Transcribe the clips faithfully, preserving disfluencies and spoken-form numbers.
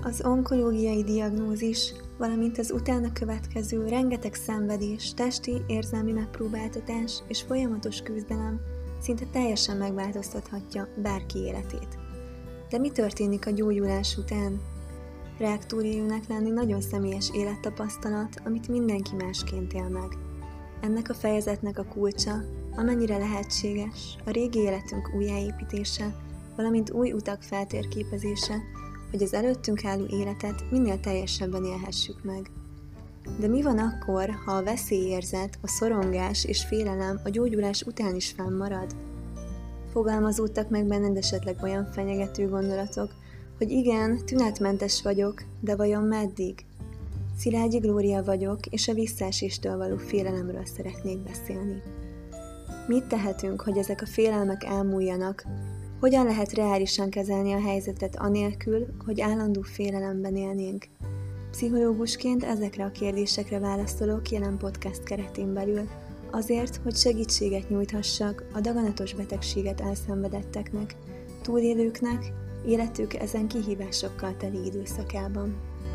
Az onkológiai diagnózis, valamint az utána következő rengeteg szenvedés, testi, érzelmi megpróbáltatás és folyamatos küzdelem szinte teljesen megváltoztathatja bárki életét. De mi történik a gyógyulás után? Rák túlélőnek lenni nagyon személyes élettapasztalat, amit mindenki másként él meg. Ennek a fejezetnek a kulcsa, amennyire lehetséges, a régi életünk újjáépítése, valamint új utak feltérképezése, hogy az előttünk álló életet minél teljesebben élhessük meg. De mi van akkor, ha a veszélyérzet, a szorongás és félelem a gyógyulás után is fennmarad? Fogalmazódtak meg benned esetleg olyan fenyegető gondolatok, hogy igen, tünetmentes vagyok, de vajon meddig? Szilágyi Glória vagyok, és a visszaeséstől való félelemről szeretnék beszélni. Mit tehetünk, hogy ezek a félelmek elmúljanak? Hogyan lehet reálisan kezelni a helyzetet anélkül, hogy állandó félelemben élnénk? Pszichológusként ezekre a kérdésekre válaszolok jelen podcast keretén belül, azért, hogy segítséget nyújthassak a daganatos betegséget elszenvedetteknek, túlélőknek, életük ezen kihívásokkal teli időszakában.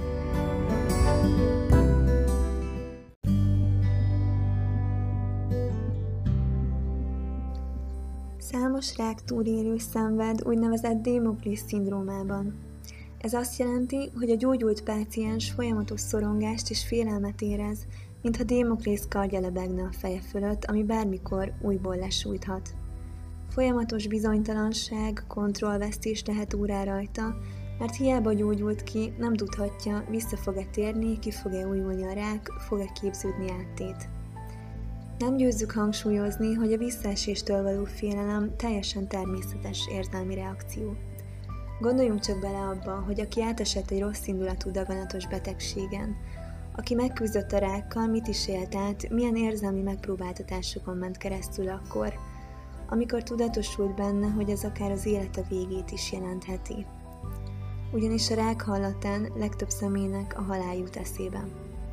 Számos rák túlélő szenved úgynevezett Démoklész-szindrómában. Ez azt jelenti, hogy a gyógyult páciens folyamatos szorongást és félelmet érez, mintha Démoklész kardja lebegne a feje fölött, ami bármikor újból lesújthat. Folyamatos bizonytalanság, kontrollvesztés tehet órá rajta, mert hiába gyógyult ki, nem tudhatja, vissza fog-e térni, ki fog-e újulni a rák, fog-e képződni áttét. Nem győzzük hangsúlyozni, hogy a visszaeséstől való félelem teljesen természetes érzelmi reakció. Gondoljunk csak bele abba, hogy aki átesett egy rossz indulatú daganatos betegségen, aki megküzdött a rákkal, mit is élt át, milyen érzelmi megpróbáltatásokon ment keresztül akkor, amikor tudatosult benne, hogy ez akár az élete végét is jelentheti. Ugyanis a rák hallatán legtöbb személynek a halál jut eszébe.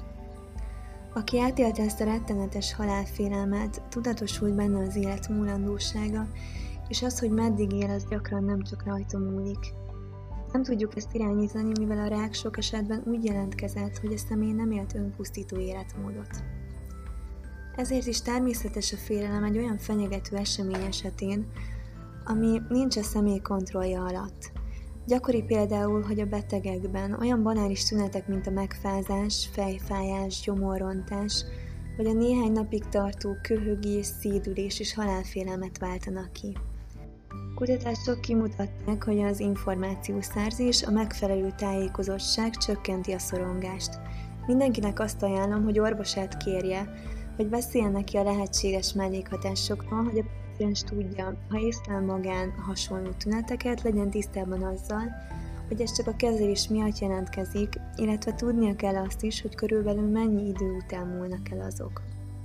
Aki átélte ezt a rettenetes halálfélelmet, tudatosult benne az élet múlandósága, és az, hogy meddig él, az gyakran nem csak rajta múlik. Nem tudjuk ezt irányítani, mivel a rák sok esetben úgy jelentkezett, hogy a személy nem élt önpusztító életmódot. Ezért is természetes a félelem egy olyan fenyegető esemény esetén, ami nincs a személy kontrollja alatt. Gyakori például, hogy a betegekben olyan banális tünetek, mint a megfázás, fejfájás, gyomorrontás, vagy a néhány napig tartó köhögés, szédülés és halálfélelmet váltanak ki. Kutatások kimutatták, hogy az információszerzés, a megfelelő tájékozottság csökkenti a szorongást. Mindenkinek azt ajánlom, hogy orvosát kérje, hogy beszéljen neki a lehetséges mellékhatásokról, hogy a páciens tudja, ha észlel magán hasonló tüneteket, legyen tisztában azzal, hogy ez csak a kezelés miatt jelentkezik, illetve tudnia kell azt is, hogy körülbelül mennyi idő után múlnak el azok.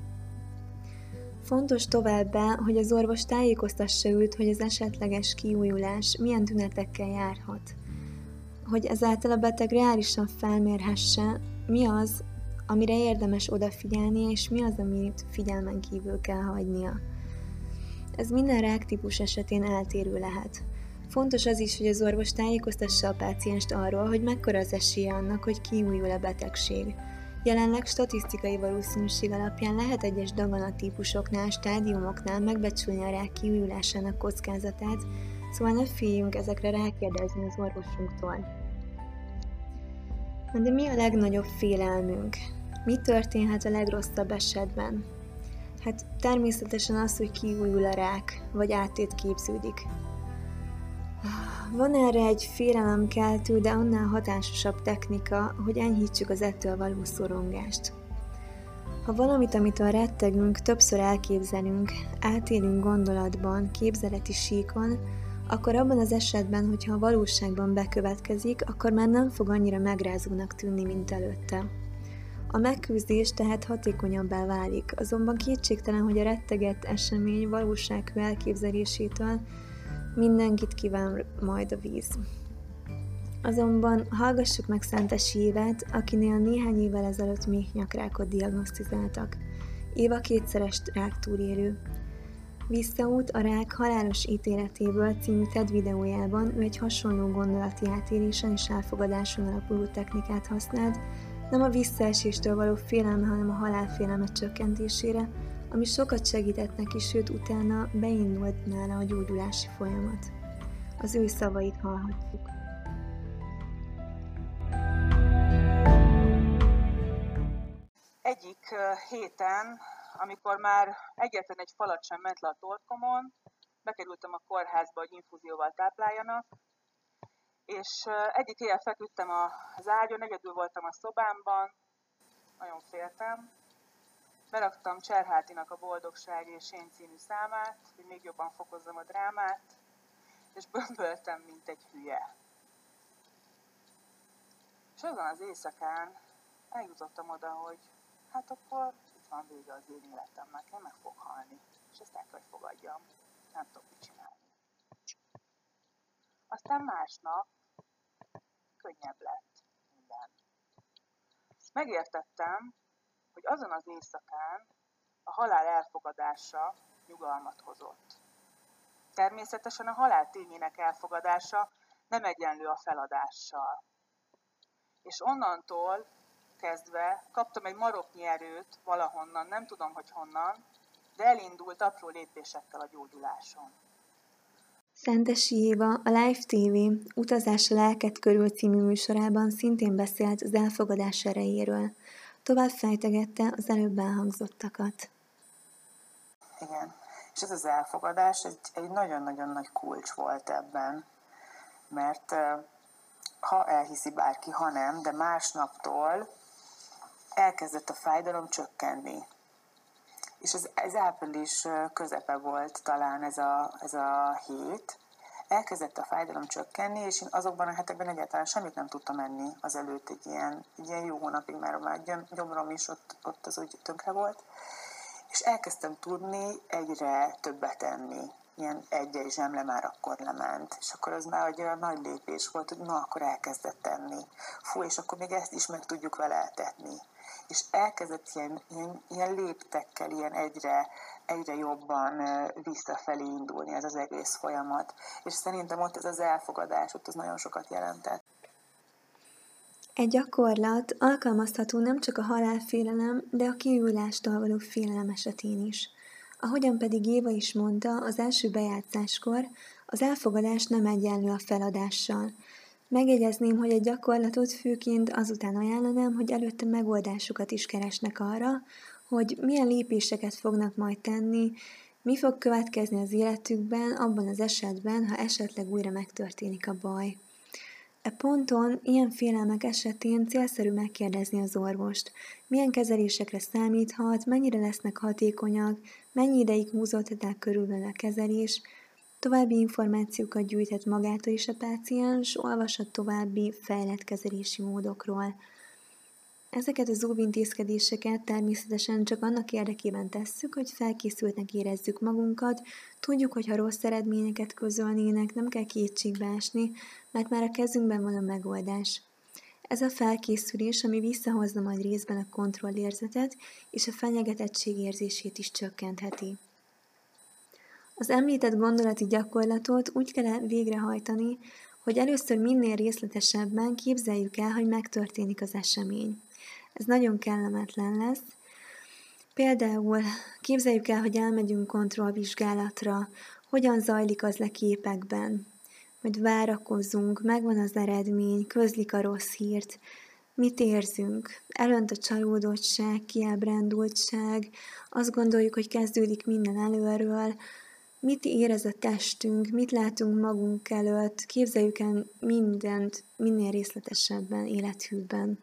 Fontos továbbá, hogy az orvos tájékoztassa őt, hogy az esetleges kiújulás milyen tünetekkel járhat, hogy ezáltal a beteg reálisan felmérhesse, mi az, amire érdemes odafigyelnie, és mi az, amit figyelmen kívül kell hagynia. Ez minden ráktípus esetén eltérő lehet. Fontos az is, hogy az orvos tájékoztassa a pácienst arról, hogy mekkora az esélye annak, hogy kiújul a betegség. Jelenleg statisztikai valószínűség alapján lehet egyes daganattípusoknál, stádiumoknál megbecsülni a rák kiújulásának kockázatát, szóval ne féljünk ezekre rákérdezni az orvosunktól. De mi a legnagyobb félelmünk? Mi történhet a legrosszabb esetben? Hát természetesen az, hogy kiújul a rák, vagy áttét képződik. Van erre egy félelemkeltő, de annál hatásosabb technika, hogy enyhítsük az ettől való szorongást. Ha valamit, amitől rettegünk, többször elképzelünk, átélünk gondolatban, képzeleti síkon, akkor abban az esetben, hogyha a valóságban bekövetkezik, akkor már nem fog annyira megrázónak tűnni, mint előtte. A megküzdés tehát hatékonyabbá válik, azonban kétségtelen, hogy a rettegett esemény valósághű elképzelésétől mindenkit kíván majd a víz. Azonban hallgassuk meg Szentes Évát, akinél néhány évvel ezelőtt méhnyakrákot diagnosztizáltak. Éva kétszeres rák túlélő. Visszaút a rák halálos ítéletéből című TED videójában ő egy hasonló gondolati átélésen és elfogadáson alapuló technikát használt, nem a visszaeséstől való félelme, hanem a halálfélelme csökkentésére, ami sokat segített neki, sőt utána beindult nála a gyógyulási folyamat. Az ő szavait hallhatjuk. Egyik héten, amikor már egyetlen egy falat sem ment le a torkomon, bekerültem a kórházba, hogy infúzióval tápláljanak, és egyik éjjel feküdtem az ágyon, egyedül voltam a szobámban, nagyon féltem. Beraktam Cserhátinak a Boldogság és Én című számát, hogy még jobban fokozzam a drámát, és bömböltem, mint egy hülye. És azon az éjszakán eljutottam oda, hogy hát akkor itt van vége az én életemnek, én meg fog halni, és ezt el kell, hogy fogadjam, nem tudok mit csinálni. Aztán másnap könnyebb lett minden. Megértettem, hogy azon az éjszakán a halál elfogadása nyugalmat hozott. Természetesen a halál tényének elfogadása nem egyenlő a feladással. És onnantól kezdve kaptam egy maroknyi erőt valahonnan, nem tudom, hogy honnan, de elindult apró lépésekkel a gyógyulásom. Szentesi Éva a Live té vé Utazás a lelked körül című műsorában szintén beszélt az elfogadás erejéről. Tovább fejtegette az előbb elhangzottakat. Igen, és ez az elfogadás egy, egy nagyon-nagyon nagy kulcs volt ebben, mert ha elhiszi bárki, ha nem, de másnaptól elkezdett a fájdalom csökkenni. És ez, ez április közepe volt talán ez a, ez a hét. Elkezdett a fájdalom csökkenni, és én azokban a hetekben egyáltalán semmit nem tudtam enni azelőtt egy ilyen, egy ilyen jó hónapig, mert már gyomrom is ott, ott az úgy tönkre volt. És elkezdtem tudni egyre többet enni. Ilyen egy-egy zsemle már akkor lement. És akkor az már egy olyan nagy lépés volt, hogy na, akkor elkezdett tenni. Fú, és akkor még ezt is meg tudjuk vele eltetni. És elkezdett ilyen, ilyen, ilyen léptekkel, ilyen egyre, egyre jobban visszafelé indulni ez az egész folyamat. És szerintem ott ez az elfogadás, ott az nagyon sokat jelentett. Egy gyakorlat alkalmazható nem csak a halálfélelem, de a kiújulástól való félelem esetén is. Ahogyan pedig Éva is mondta, az első bejátszáskor az elfogadás nem egyenlő a feladással. Megjegyezném, hogy egy gyakorlatot főként azután ajánlanám, hogy előtte megoldásokat is keresnek arra, hogy milyen lépéseket fognak majd tenni, mi fog következni az életükben abban az esetben, ha esetleg újra megtörténik a baj. E ponton, ilyen félelmek esetén célszerű megkérdezni az orvost, milyen kezelésekre számíthat, mennyire lesznek hatékonyak, mennyi ideig húzódhat el körülbelül a kezelés, további információkat gyűjthet magától is a páciens, olvashat további fejlett kezelési módokról. Ezeket az óvintézkedéseket természetesen csak annak érdekében tesszük, hogy felkészültnek érezzük magunkat, tudjuk, hogy ha rossz eredményeket közölnének, nem kell kétségbe esni, mert már a kezünkben van a megoldás. Ez a felkészülés, ami visszahozza majd részben a kontrollérzetet, és a fenyegetettség érzését is csökkentheti. Az említett gondolati gyakorlatot úgy kell végrehajtani, hogy először minél részletesebben képzeljük el, hogy megtörténik az esemény. Ez nagyon kellemetlen lesz. Például képzeljük el, hogy elmegyünk kontrollvizsgálatra, hogyan zajlik az le képekben, hogy várakozunk, megvan az eredmény, közlik a rossz hírt, mit érzünk, elönt a csalódottság, kiábrándultság, azt gondoljuk, hogy kezdődik minden előről, mit érez a testünk, mit látunk magunk előtt, képzeljük el mindent minél részletesebben, élethűbben.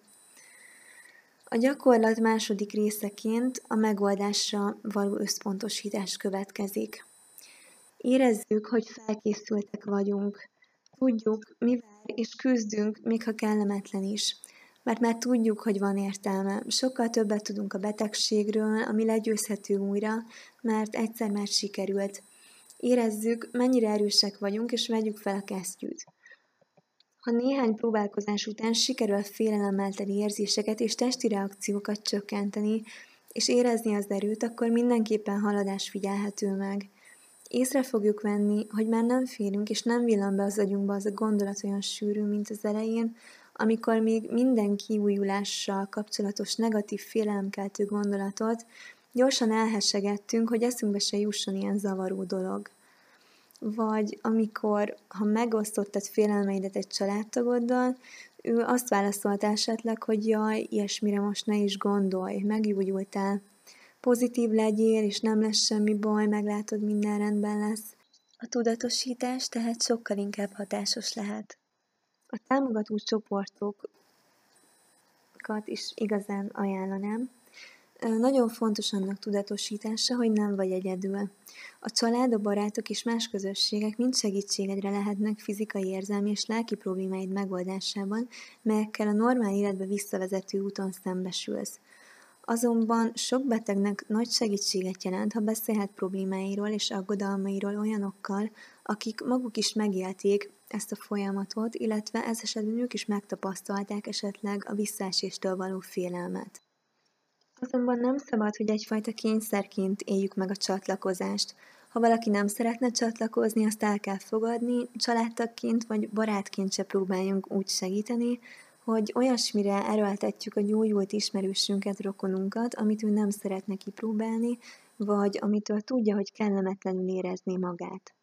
A gyakorlat második részeként a megoldásra való összpontosítás következik. Érezzük, hogy felkészültek vagyunk. Tudjuk, mi vár, és küzdünk, még ha kellemetlen is. Mert már tudjuk, hogy van értelme. Sokkal többet tudunk a betegségről, ami legyőzhető újra, mert egyszer már sikerült. Érezzük, mennyire erősek vagyunk, és vegyük fel a kesztyűt. Ha néhány próbálkozás után sikerül a félelemmel teli érzéseket és testi reakciókat csökkenteni, és érezni az erőt, akkor mindenképpen haladás figyelhető meg. Észre fogjuk venni, hogy már nem félünk, és nem villan be az agyunkba az a gondolat olyan sűrű, mint az elején, amikor még minden kiújulással kapcsolatos negatív félelemkeltő gondolatot gyorsan elhessegettünk, hogy eszünkbe se jusson ilyen zavaró dolog. Vagy amikor, ha megosztottad félelmeidet egy családtagoddal, ő azt válaszolta esetleg, hogy jaj, ilyesmire most ne is gondolj, meggyógyultál. Pozitív legyél, és nem lesz semmi baj, meglátod, minden rendben lesz. A tudatosítás tehát sokkal inkább hatásos lehet. A támogató csoportokat is igazán ajánlanám. Nagyon fontos annak tudatosítása, hogy nem vagy egyedül. A család, a barátok és más közösségek mind segítségedre lehetnek fizikai, érzelmi és lelki problémáid megoldásában, melyekkel a normál életbe visszavezető úton szembesülsz. Azonban sok betegnek nagy segítséget jelent, ha beszélhet problémáiról és aggodalmairól olyanokkal, akik maguk is megélték ezt a folyamatot, illetve ez esetben ők is megtapasztalták esetleg a visszaeséstől való félelmet. Azonban nem szabad, hogy egyfajta kényszerként éljük meg a csatlakozást. Ha valaki nem szeretne csatlakozni, azt el kell fogadni, családtagként vagy barátként se próbáljunk úgy segíteni, hogy olyasmire erőltetjük a gyógyult ismerősünket, rokonunkat, amit ő nem szeretne kipróbálni, vagy amitől tudja, hogy kellemetlenül érezné magát.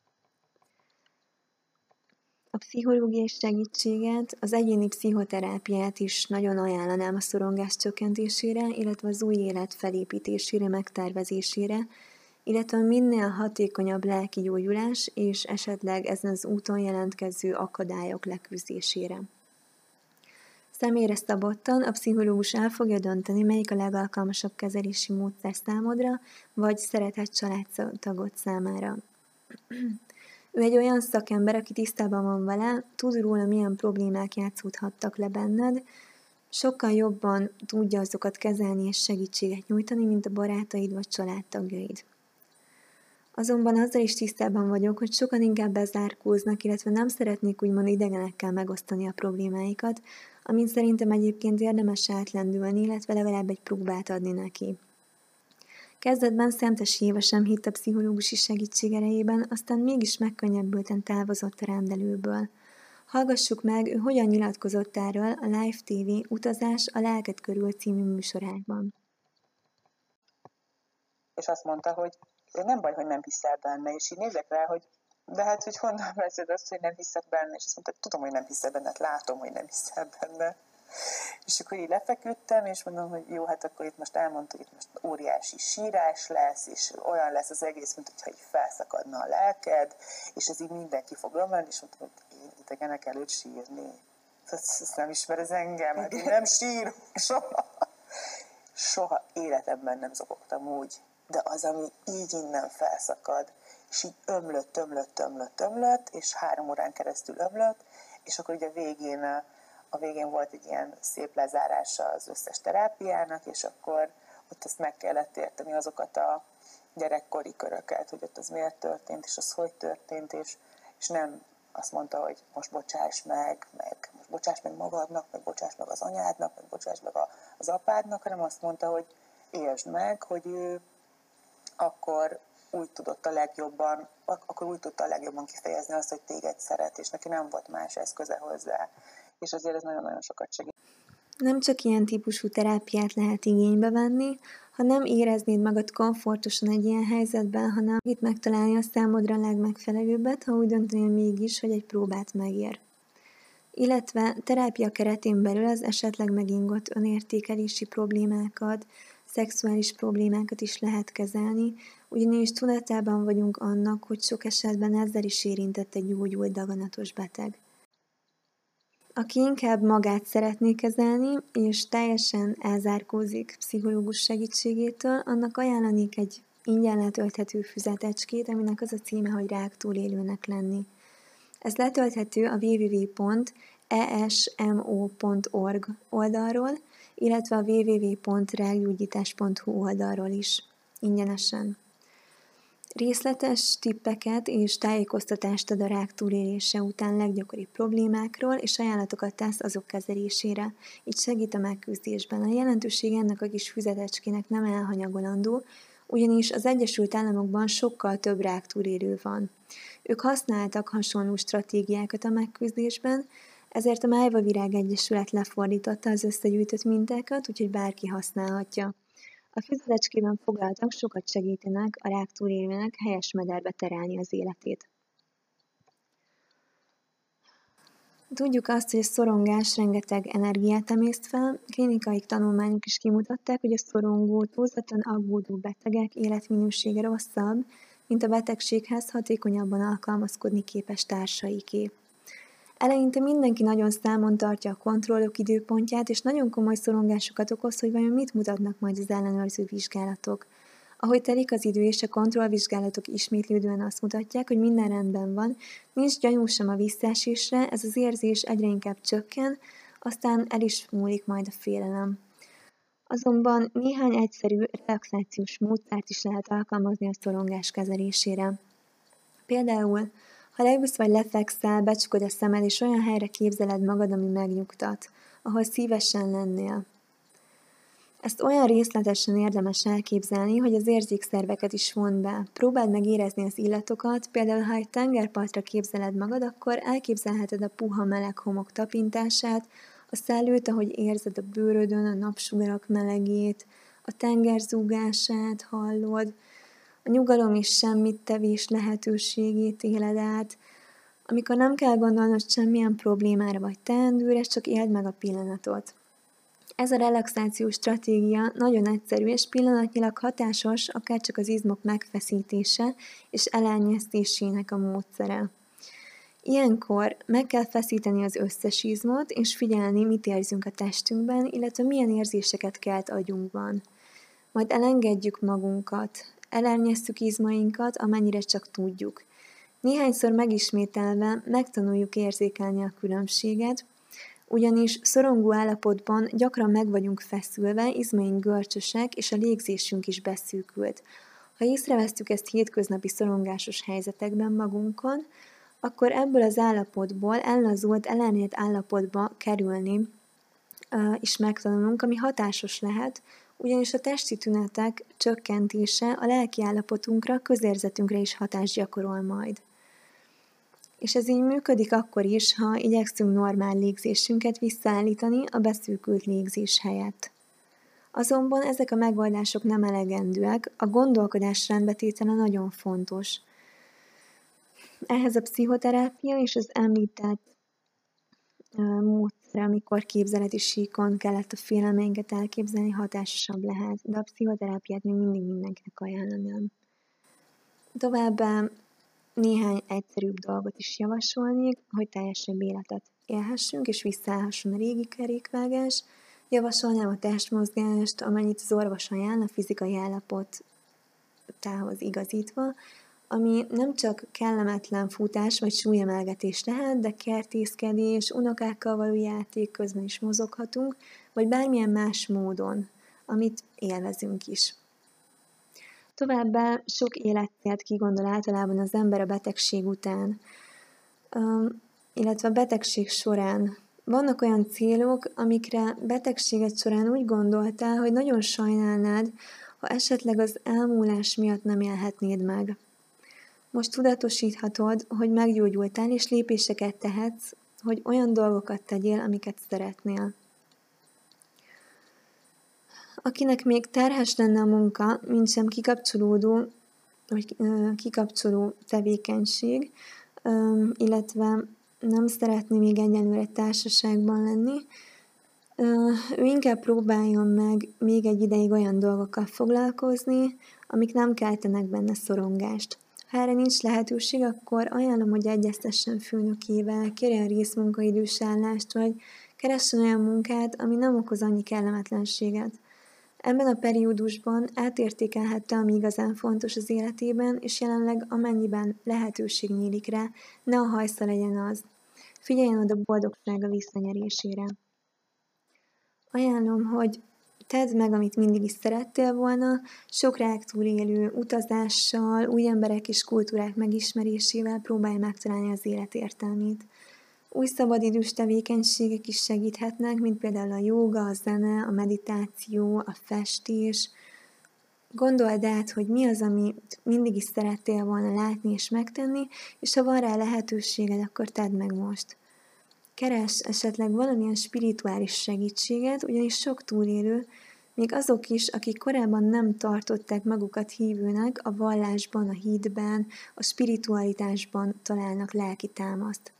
A pszichológiai segítséget, az egyéni pszichoterápiát is nagyon ajánlanám a szorongás csökkentésére, illetve az új élet felépítésére, megtervezésére, illetve minél hatékonyabb lelki gyógyulás és esetleg ezen az úton jelentkező akadályok leküzdésére. Személyre szabottan a pszichológus el fogja dönteni, melyik a legalkalmasabb kezelési módszer számodra, vagy szeretett családtagod számára. Ő egy olyan szakember, aki tisztában van vele, tud róla, milyen problémák játszódhattak le benned, sokkal jobban tudja azokat kezelni és segítséget nyújtani, mint a barátaid vagy családtagjaid. Azonban azzal is tisztában vagyok, hogy sokan inkább bezárkóznak, illetve nem szeretnék úgymond idegenekkel megosztani a problémáikat, amin szerintem egyébként érdemes átlendülni, illetve legalább egy próbát adni neki. Kezdetben Szentesi Éva sem hitt a pszichológusi segítség erejében, aztán mégis megkönnyebbülten távozott a rendelőből. Hallgassuk meg, ő hogyan nyilatkozott erről a Live té vé Utazás a lelked körül című műsorában. És azt mondta, hogy nem baj, hogy nem hiszel benne, és így nézek rá, hogy de hát, hogy honnan veszed azt, hogy nem hiszek benne, és azt mondta, hogy tudom, hogy nem hiszel benne, hát látom, hogy nem hiszel benne. És akkor így lefeküdtem, és mondom, hogy jó, hát akkor itt most elmondta, hogy itt most óriási sírás lesz, és olyan lesz az egész, mint hogyha így felszakadna a lelked, és ez így mindenki fog romlani, és mondtam, hogy én idegenek előtt sírni. Ezt nem ismer ez engem, hát én nem sírok soha. Soha életemben nem zokogtam úgy, de az, ami így innen felszakad, és így ömlött, ömlött, ömlött, ömlött, és három órán keresztül ömlött, és akkor ugye a végén, a végén volt egy ilyen szép lezárása az összes terápiának, és akkor ott ezt meg kellett érteni, azokat a gyerekkori köröket, hogy ott az miért történt, és az hogy történt, és, és nem azt mondta, hogy most bocsáss meg, meg most bocsáss meg magadnak, meg bocsáss meg az anyádnak, meg bocsáss meg a, az apádnak, hanem azt mondta, hogy értsd meg, hogy ő akkor úgy tudott a legjobban, akkor úgy tudta a legjobban kifejezni azt, hogy téged szeret, és neki nem volt más eszköze hozzá. És azért ez nagyon-nagyon sokat segít. Nem csak ilyen típusú terápiát lehet igénybe venni, ha nem éreznéd magad komfortosan egy ilyen helyzetben, hanem itt megtalálni a számodra a legmegfelelőbbet, ha úgy döntenél mégis, hogy egy próbát megér. Illetve terápia keretén belül az esetleg megingott önértékelési problémákat, szexuális problémákat is lehet kezelni, ugyanis tudatában vagyunk annak, hogy sok esetben ezzel is érintett egy gyógyult daganatos beteg. Aki inkább magát szeretné kezelni, és teljesen elzárkózik pszichológus segítségétől, annak ajánlanék egy ingyen letölthető füzetecskét, aminek az a címe, hogy Rák túlélőnek lenni. Ez letölthető a double-u double-u double-u pont e s m o pont org oldalról, illetve a double-u double-u double-u pont rákgyógyítás pont hu oldalról is, ingyenesen. Részletes tippeket és tájékoztatást ad a rák túlélése után leggyakoribb problémákról, és ajánlatokat tesz azok kezelésére, így segít a megküzdésben. A jelentőség ennek a kis füzetecskének nem elhanyagolandó, ugyanis az Egyesült Államokban sokkal több ráktúrélő van. Ők használtak hasonló stratégiákat a megküzdésben, ezért a Májvavirág Egyesület lefordította az összegyűjtött mintákat, úgyhogy bárki használhatja. A füzelecskében foglaltak sokat segítenek a ráktúrélőnek helyes mederbe terelni az életét. Tudjuk azt, hogy a szorongás rengeteg energiát emészt fel, klinikai tanulmányok is kimutatták, hogy a szorongó, túlzottan aggódó betegek életminősége rosszabb, mint a betegséghez hatékonyabban alkalmazkodni képes társaiké. Eleinte mindenki nagyon számon tartja a kontrollok időpontját, és nagyon komoly szorongásokat okoz, hogy vajon mit mutatnak majd az ellenőrző vizsgálatok. Ahogy telik az idő és a kontrollvizsgálatok ismétlődően azt mutatják, hogy minden rendben van, nincs gyanú sem a visszaesésre, ez az érzés egyre inkább csökken, aztán el is múlik majd a félelem. Azonban néhány egyszerű relaxációs módszert is lehet alkalmazni a szorongás kezelésére. Például, ha leülsz vagy lefekszel, becsukod a szemed, és olyan helyre képzeled magad, ami megnyugtat, ahol szívesen lennél. Ezt olyan részletesen érdemes elképzelni, hogy az érzékszerveket is vond be. Próbáld meg érezni az illatokat, például ha egy tengerpartra képzeled magad, akkor elképzelheted a puha meleg homok tapintását, a szellőt, ahogy érzed a bőrödön, a napsugarak melegét, a tenger zúgását hallod, a nyugalom és semmit tevés lehetőségét éled át, amikor nem kell gondolnod semmilyen problémára vagy teendőre, csak éld meg a pillanatot. Ez a relaxációs stratégia nagyon egyszerű és pillanatnyilag hatásos, akár csak az izmok megfeszítése és elenyésztésének a módszere. Ilyenkor meg kell feszíteni az összes izmot, és figyelni, mit érzünk a testünkben, illetve milyen érzéseket kelt agyunkban. Majd elengedjük magunkat, elernyeztük izmainkat, amennyire csak tudjuk. Néhányszor megismételve megtanuljuk érzékelni a különbséget, ugyanis szorongó állapotban gyakran meg vagyunk feszülve, izmaink görcsösek, és a légzésünk is beszűkült. Ha észrevesztük ezt hétköznapi szorongásos helyzetekben magunkon, akkor ebből az állapotból ellazult, ellenélt állapotba kerülni is megtanulunk, ami hatásos lehet, ugyanis a testi tünetek csökkentése a lelki állapotunkra, közérzetünkre is hatást gyakorol majd. És ez így működik akkor is, ha igyekszünk normál légzésünket visszaállítani a beszűkült légzés helyett. Azonban ezek a megoldások nem elegendőek, a gondolkodás rendbetétele nagyon fontos. Ehhez a pszichoterápia és az említett módszer, amikor képzeleti síkon kellett a félelmeinket elképzelni, hatásosabb lehet, de a pszichoterápiát még mindig mindenkinek ajánlanám. Továbbá néhány egyszerűbb dolgot is javasolnék, hogy teljesebb életet élhessünk, és visszaállhasson a régi kerékvágás. Javasolnám a testmozgást, amennyit az orvos ajánl a fizikai állapotához igazítva, ami nem csak kellemetlen futás vagy súlyemelgetés lehet, de kertészkedés, unokákkal való játék közben is mozoghatunk, vagy bármilyen más módon, amit élvezünk is. Továbbá sok életcélt kigondol általában az ember a betegség után, illetve a betegség során. Vannak olyan célok, amikre betegséget során úgy gondoltál, hogy nagyon sajnálnád, ha esetleg az elmúlás miatt nem élhetnéd meg. Most tudatosíthatod, hogy meggyógyultál, és lépéseket tehetsz, hogy olyan dolgokat tegyél, amiket szeretnél. Akinek még terhes lenne a munka, mint sem kikapcsolódó, vagy kikapcsoló tevékenység, illetve nem szeretné még egyenlőre társaságban lenni, ő inkább próbáljon meg még egy ideig olyan dolgokkal foglalkozni, amik nem keltenek benne szorongást. Ha erre nincs lehetőség, akkor ajánlom, hogy egyeztessen főnökével, kérjen részmunkaidős állást, vagy keressen olyan munkát, ami nem okoz annyi kellemetlenséget. Ebben a periódusban átértékelhette, ami igazán fontos az életében, és jelenleg amennyiben lehetőség nyílik rá, ne a hajsza legyen az. Figyeljen oda boldogsága visszanyerésére. Ajánlom, hogy tedd meg, amit mindig is szerettél volna, sok ráktúrélő utazással, új emberek és kultúrák megismerésével próbálj megtalálni az élet értelmét. Új szabadidős tevékenységek is segíthetnek, mint például a jóga, a zene, a meditáció, a festés, Gondold át, hogy mi az, amit mindig is szerettél volna látni és megtenni, és ha van rá lehetőséged, akkor tedd meg most. Keres esetleg valamilyen spirituális segítséget, ugyanis sok túlélő, még azok is, akik korábban nem tartották magukat hívőnek, a vallásban, a hitben, a spiritualitásban találnak lelki támaszt.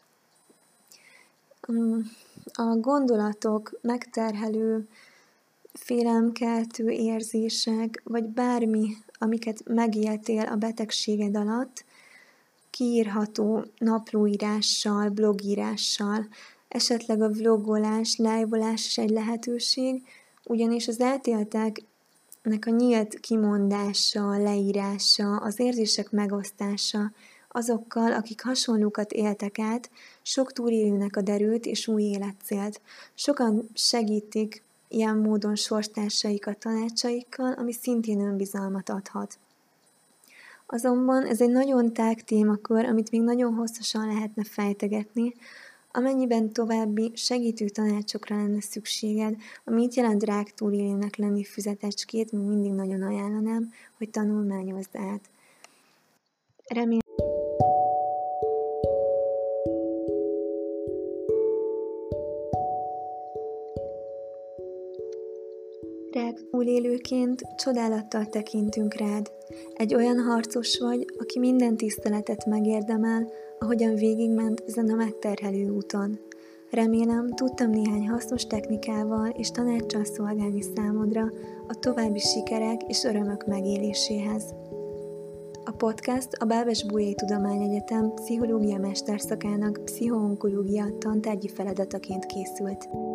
A gondolatok, megterhelő, félelemkeltő érzések, vagy bármi, amiket megéltél a betegséged alatt, kiírható naplóírással, blogírással, esetleg a vlogolás, live-olás is egy lehetőség, ugyanis az eltélteknek a nyílt kimondása, leírása, az érzések megosztása azokkal, akik hasonlókat éltek át, sok túlélőnek a derült és új életcélt. Sokan segítik ilyen módon sorstársaikat tanácsaikkal, ami szintén önbizalmat adhat. Azonban ez egy nagyon tág témakör, amit még nagyon hosszasan lehetne fejtegetni, amennyiben további segítő tanácsokra lenne szükséged, ami mit jelent rák túlélőnek lenni füzetecskét, még mindig nagyon ajánlanám, hogy tanulmányozd át. Remélem, rák túlélőként csodálattal tekintünk rád. Egy olyan harcos vagy, aki minden tiszteletet megérdemel, ahogyan végigment ezen a megterhelő úton. Remélem, tudtam néhány hasznos technikával és tanáccsal szolgálni számodra a további sikerek és örömök megéléséhez. A podcast a Bábes-Bolyai Tudományegyetem pszichológia mesterszakának pszichoonkológia tantárgyi feladataként készült.